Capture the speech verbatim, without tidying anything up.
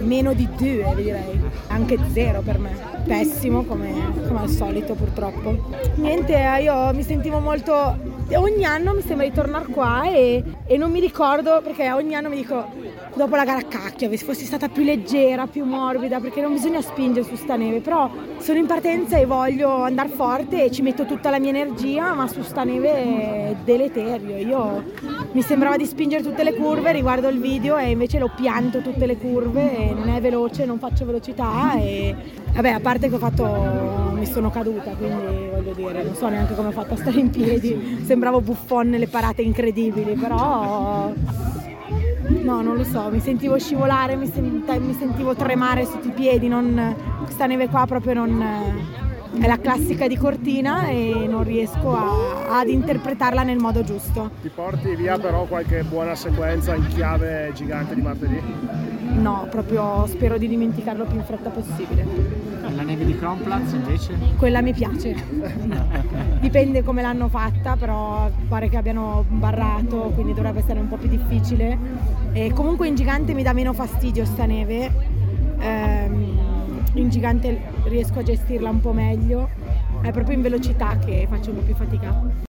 meno di due direi, anche zero per me, pessimo come, come al solito purtroppo. Niente, io mi sentivo molto, ogni anno mi sembra di tornare qua e, e non mi ricordo, perché ogni anno mi dico dopo la gara cacchio, se fossi stata più leggera, più morbida, perché non bisogna spingere su sta neve, però sono in partenza e voglio andare forte e ci metto tutta la mia energia, ma su sta neve è deleterio. Io mi sembrava di spingere tutte le curve, riguardo il video e invece l'ho pianto tutte le curve e non è veloce, non faccio velocità e vabbè, a parte che ho fatto, mi sono caduta, quindi voglio dire, non so neanche come ho fatto a stare in piedi, sembravo Buffon nelle parate incredibili, però no, non lo so, mi sentivo scivolare, mi, sent- mi sentivo tremare sotto i piedi, non, questa neve qua proprio non, è la classica di Cortina e non riesco a, ad interpretarla nel modo giusto. Ti porti via però qualche buona sequenza in chiave gigante di martedì? No, proprio spero di dimenticarlo più in fretta possibile. La neve di Kronplatz invece? Quella mi piace, dipende come l'hanno fatta, però pare che abbiano barrato, quindi dovrebbe essere un po' più difficile. E comunque in gigante mi dà meno fastidio sta neve, ehm, in gigante riesco a gestirla un po' meglio, è proprio in velocità che faccio un po' più fatica.